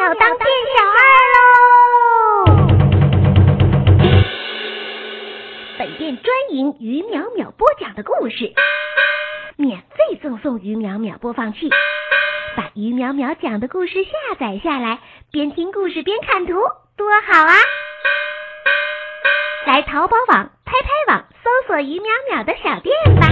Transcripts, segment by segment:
鸟当店小二喽！本店专营于淼淼播讲的故事，免费赠送于淼淼播放器，把于淼淼讲的故事下载下来，边听故事边看图，多好啊！来淘宝网、拍拍网搜索于淼淼的小店吧。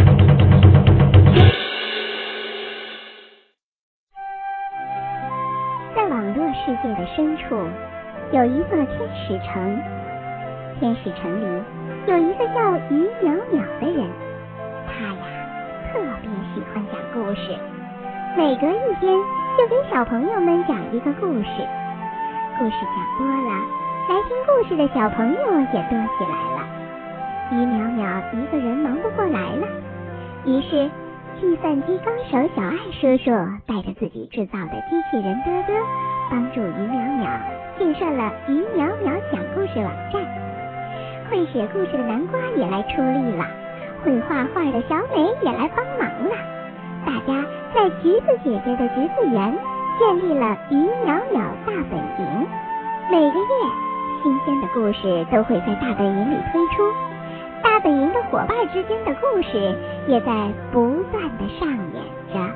在网络世界的深处，有一座天使城。天使城里有一个叫于淼淼的人，他呀特别喜欢讲故事，每隔一天就给小朋友们讲一个故事。故事讲多了，来听故事的小朋友也多起来了。于淼淼一个人忙不过来了，于是计算机高手小爱叔叔带着自己制造的机器人多多，帮助于淼淼建设了于淼淼讲故事网站。会写故事的南瓜也来出力了，会画画的小美也来帮忙了。大家在橘子姐姐的橘子园建立了于淼淼大本营，每个月新鲜的故事都会在大本营里推出，大本营的伙伴之间的故事也在不断的上演着。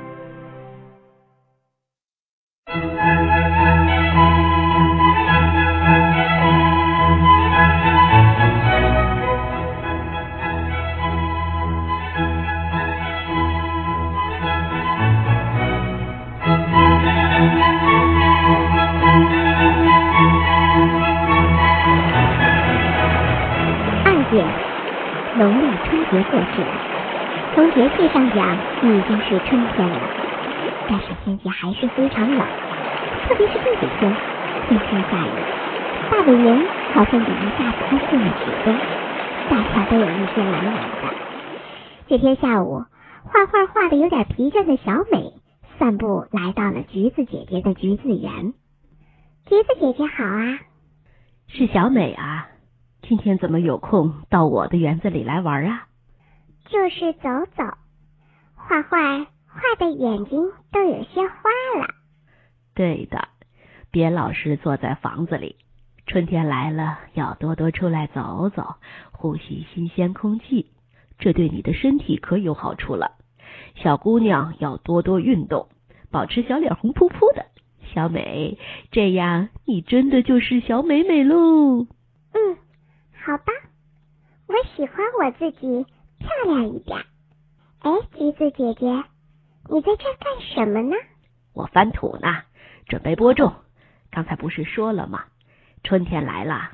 农历春节过去了，从节气上讲已经是春天了，但是天气还是非常冷，特别是这几天天天下雨，大本营好像也一下子安静了许多，大家都有一些懒懒的。这天下午，画得有点疲倦的小美散步来到了橘子姐姐的橘子园。橘子姐姐好啊。 是小美啊，今天怎么有空到我的园子里来玩啊？ 就是走走，画的眼睛都有些花了。 对的，别老是坐在房子里，春天来了要多多出来走走，呼吸新鲜空气，这对你的身体可有好处了。小姑娘要多多运动，保持小脸红扑扑的。小美，这样你真的就是小美美喽。 好吧，我喜欢我自己漂亮一点。哎，橘子姐姐，你在这干什么呢？ 我翻土呢，准备播种。刚才不是说了吗？春天来了。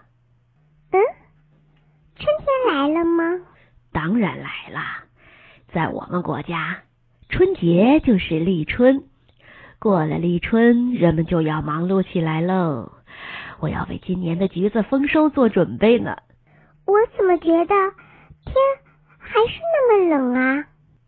春天来了吗？ 当然来了，在我们国家，春节就是立春。过了立春，人们就要忙碌起来喽。我要为今年的橘子丰收做准备呢。 我怎么觉得天还是那么冷啊？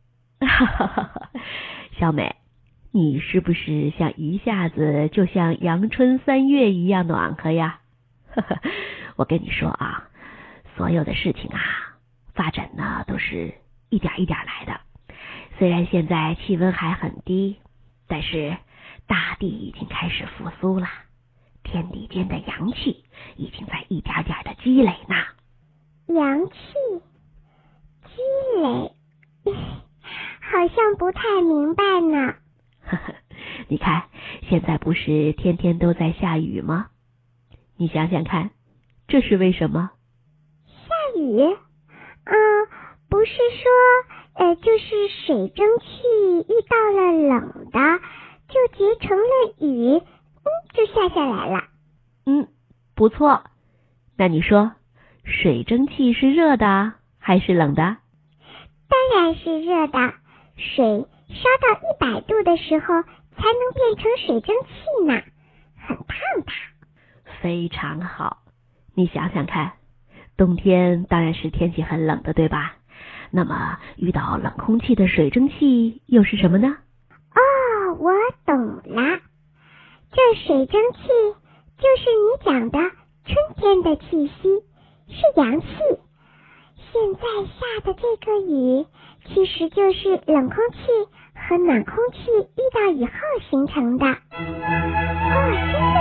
小美，你是不是想一下子就像阳春3月一样暖和呀？我跟你说啊，所有的事情啊，发展呢都是一点一点来的。虽然现在气温还很低，但是大地已经开始复苏了，天地间的阳气已经在一点点的积累呢。 阳气积累，好像不太明白呢。 你看，现在不是天天都在下雨吗？你想想看，这是为什么？ 下雨？不是说就是水蒸气遇到了冷的就结成了雨，就下来了。 不错。那你说，水蒸气是热的还是冷的？ 当然是热的，水烧到100度的时候才能变成水蒸气呢，很烫的。 非常好，你想想看，冬天当然是天气很冷的，对吧？那么遇到冷空气的水蒸气又是什么呢？ 我懂了，这水蒸气就是你讲的春天的气息，是阳气。现在下的这个雨其实就是冷空气和暖空气遇到以后形成的。真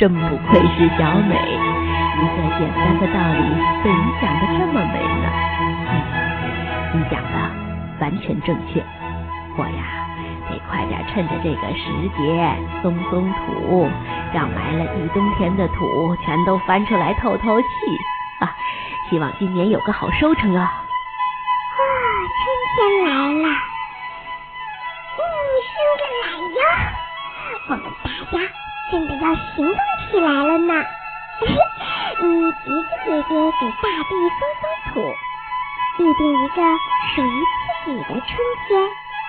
真不愧是小美，一个简单的道理被你讲得这么美呢。你讲的完全正确，我呀得快点趁着这个时节松松土，让埋了一冬天的土全都翻出来透透气啊！希望今年有个好收成啊！ 春天来了，生着来呀！我们大家真的要行动起来了呢。橘子姐姐给大地松松土，预定一个属于自己的春天。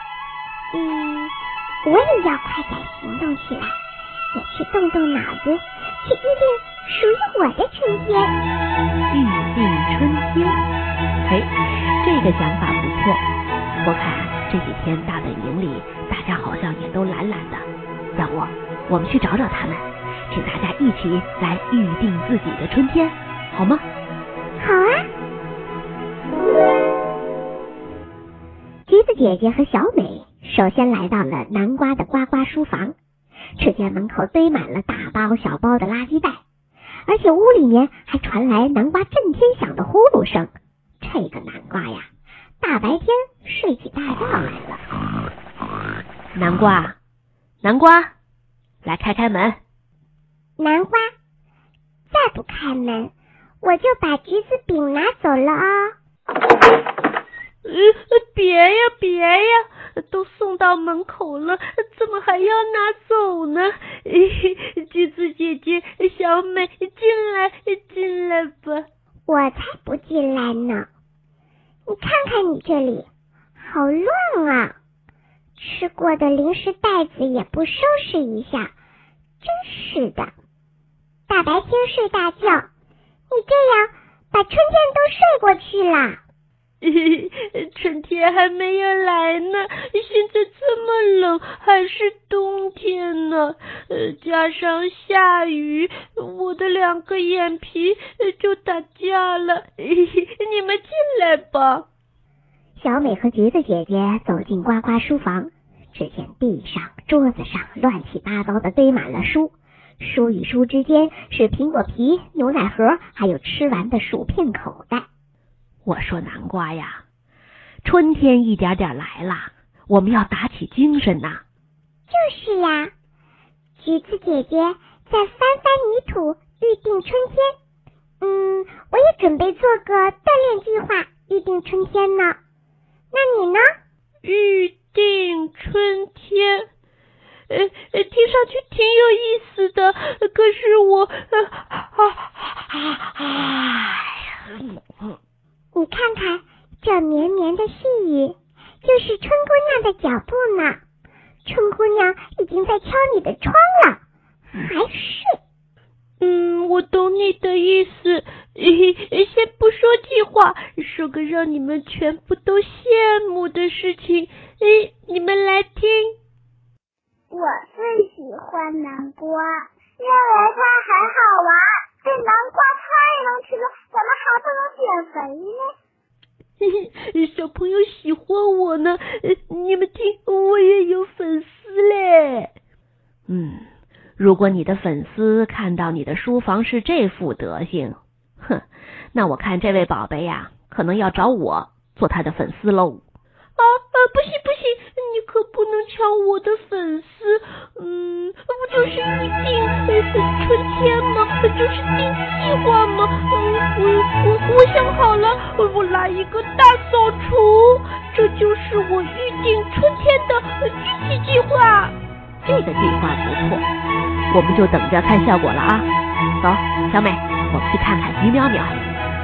我也要快点行动起来，也去动动脑子，去预定属于我的春天。 预定春天，这个想法不错。我看这几天大本营里大家好像也都懒懒的，要不我们去找找他们，请大家一起来预定自己的春天，好吗？ 好啊。橘子姐姐和小美首先来到了南瓜的呱呱书房，只见门口堆满了大包小包的垃圾袋，而且屋里面还传来南瓜震天响的呼噜声。这个南瓜呀，大白天睡起大觉来了。 南瓜，南瓜，来开开门。 南瓜，再不开门，我就把橘子饼拿走了啊！ 别呀别呀，都送到门口了，怎么还要拿走呢？橘子姐姐，小美，进来吧。 我才不进来呢！你看看你这里，好乱啊！吃过的零食袋子也不收拾一下，真是的！大白天睡大觉，你这样把春天都睡过去了。 春天还没有来呢，现在这么冷，还是冬天呢，加上下雨，我的2个眼皮就打架了。你们进来吧。 小美和橘子姐姐走进呱呱书房，只见地上桌子上乱七八糟的堆满了书，书与书之间是苹果皮、牛奶盒，还有吃完的薯片口袋。 我说南瓜呀，春天一点点来了，我们要打起精神呐。 就是呀，橘子姐姐再翻翻泥土，预定春天。我也准备做个锻炼计划，预定春天呢。那你呢？ 预定春天，听上去挺有意思的，可是我你看看这绵绵的细雨，就是春姑娘的脚步呢。春姑娘已经在敲你的窗了，还睡。 我懂你的意思。先不说计划，说个让你们全部都羡慕的事情。你们来听。 我最喜欢南瓜，因为它很好玩。这南瓜太能吃了，咱们还不能减肥呢。 小朋友喜欢我呢，你们听，我也有粉丝嘞。 如果你的粉丝看到你的书房是这副德行，那我看这位宝贝呀，可能要找我做他的粉丝喽。 不行，你可不能抢我的粉丝。不就是预定春天吗？就是定计划吗？我想好了，我来一个大扫除，这就是我预定春天的具体计划。 这个计划不错，我们就等着看效果了啊！走，小美，我们去看看于淼淼。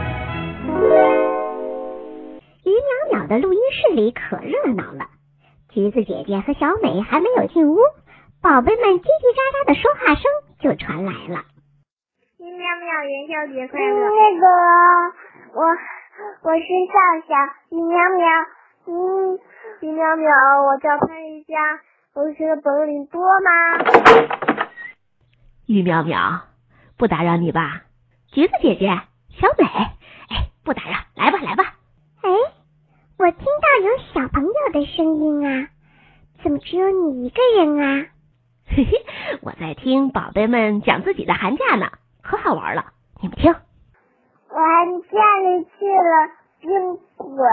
于淼淼的录音室里可热闹了，橘子姐姐和小美还没有进屋，宝贝们叽叽喳喳的说话声就传来了。 于淼淼元宵节快乐！我是笑笑，于淼淼，于淼淼，我叫潘玉佳，我学的本领多吗？ 于淼淼，不打扰你吧？橘子姐姐，小美，不打扰，来吧。 我听到有小朋友的声音啊，怎么只有你一个人啊？ 我在听宝贝们讲自己的寒假呢，可好玩了，你们听。 我寒假里去了宾馆，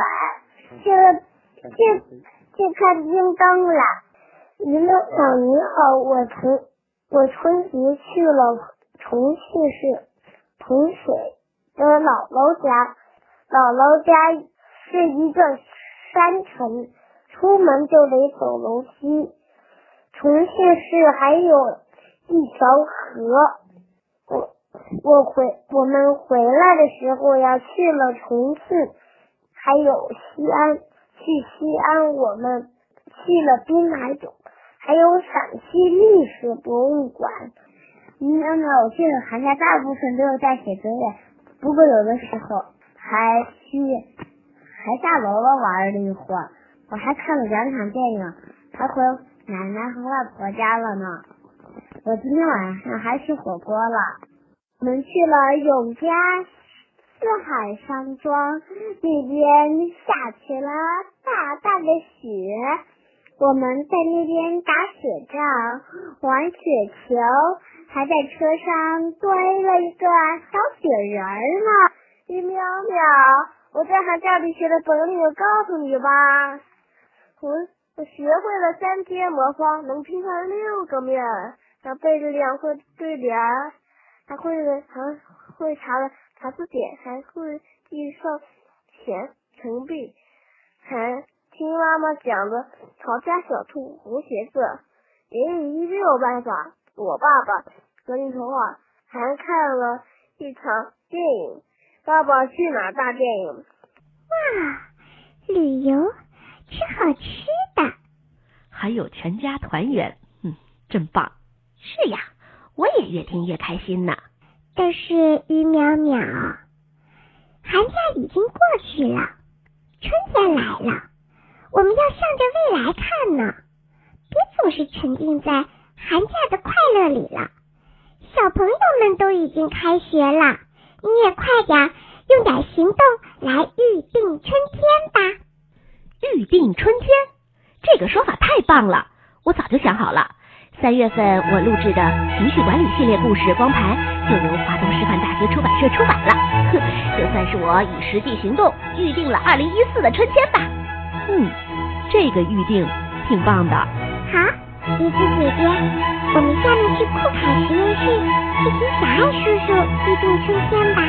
去看冰灯了。娱乐小你好，我春节去了重庆市同水的姥姥家，姥姥家是一个山城，出门就得走楼梯。重庆市还有一条河，我们回来的时候要去了重庆，还有西安。去西安我们去了滨海冢，还有陕西历史博物馆。我去了寒假大部分都是在写作业，不过有的时候还下楼了玩了一会儿。我还看了2场电影，还回奶奶和外婆家了呢。我今天晚上还吃火锅了。我们去了永嘉四海山庄，那边下起了大大的雪，我们在那边打雪仗，玩雪球，还在车上堆了一个小雪人呢。于淼淼，我在寒假里学的本领，我告诉你吧，我学会了3阶魔方，能拼成6个面，还背着2个对联，还会查字典，还会计算钱成币，还听妈妈讲的逃家小兔红鞋子，也有办法。我爸爸格林童话，还看了一场电影《爸爸去哪儿》大电影。 哇，旅游吃好吃的， 还有全家团圆，真棒。 是呀，我也越听越开心呢。 但是于淼淼，寒假已经过去了，春天来了，我们要向着未来看呢，别总是沉浸在寒假的快乐里了。小朋友们都已经开学了，你也快点用点行动来预定春天吧。 预定春天，这个说法太棒了，我早就想好了。3月份我录制的情绪管理系列故事光盘就由华东师范大学出版社出版了，就算是我以实际行动预定了2014的春天吧。这个预定挺棒的。 好，橘子姐姐，我们下面去库卡实验室去请小爱叔叔预定春天吧。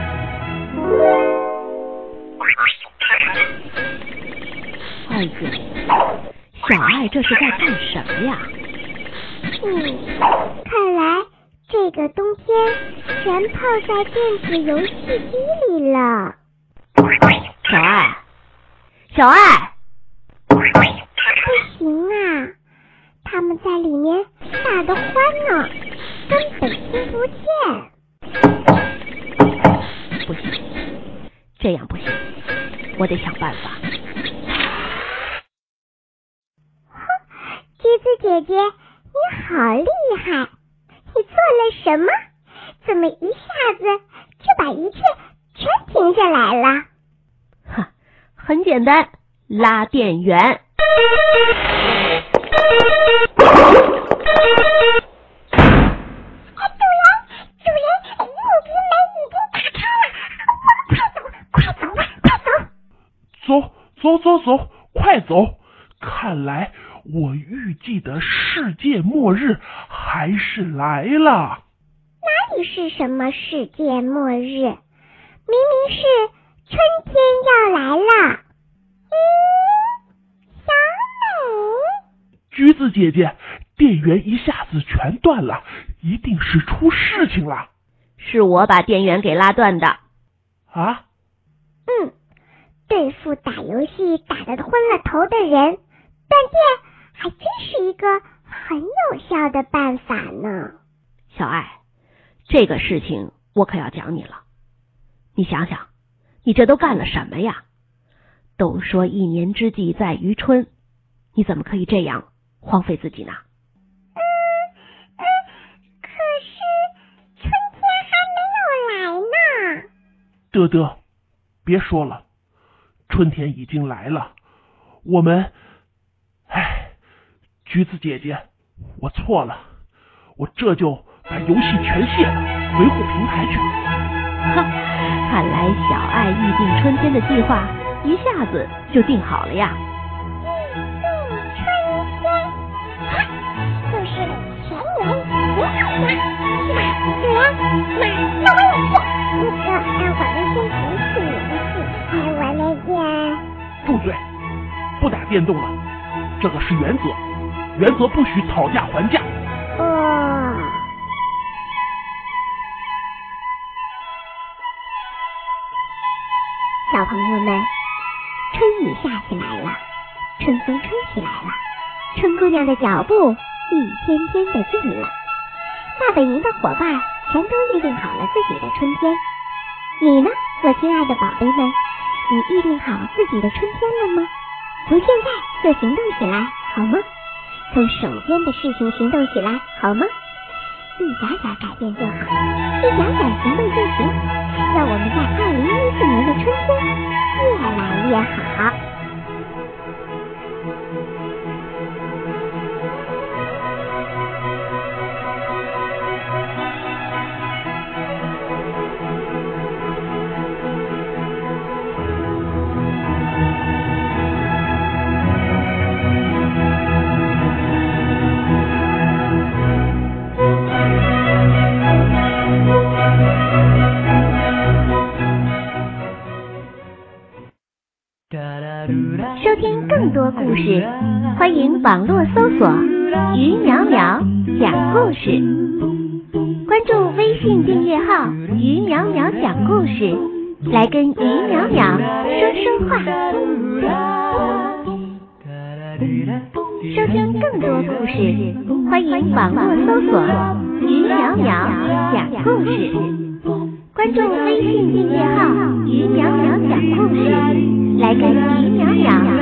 哎呀，小爱这是在干什么呀？ 看来这个冬天全泡在电子游戏机里了。 小爱， 不行啊，他们在里面打得欢呢，根本听不见。 不行，这样不行，我得想办法。 橘子姐姐，你好厉害！你做了什么？怎么一下子就把一切全停下来了？ 很简单，拉电源。 主人，木皮门已经打开了，快走，快走！看来我预计的世界末日还是来了。 哪里是什么世界末日？明明是春天要来了。小美， 橘子姐姐，电源一下子全断了，一定是出事情了。 是我把电源给拉断的。 啊？ 对付打游戏打得昏了头的人，断电还真是一个很有效的办法呢。 小爱，这个事情我可要讲你了。你想想，你这都干了什么呀？都说1年之计在于春，你怎么可以这样荒废自己呢？ 可是春天还没有来呢。 德德，别说了，春天已经来了，我们……橘子姐姐，我错了， 我这就把游戏全卸了，维护平台去。 哈，看来小爱预定春天的计划一下子就定好了呀。 就是前年5号呀，是啊，那我也去。我们先提起你的事，我们见。 住嘴！不打电动了，这个是原则，原则不许讨价还价。 小朋友们，春雨下起来了，春风吹起来了，春姑娘的脚步一天天的近了。大本营的伙伴全都预定好了自己的春天。你呢，我亲爱的宝贝们，你预定好自己的春天了吗？从现在就行动起来，好吗？从手边的事情行动起来，好吗？一点点改变就好，一点点行动就行，让我们在2014年的春天越来越好。 收听更多故事，欢迎网络搜索于淼淼讲故事，关注微信订阅号于淼淼讲故事，来跟于淼淼说说话。收听更多故事，欢迎网络搜索于淼淼讲故事，关注微信订阅号于淼淼讲故事，来跟于淼淼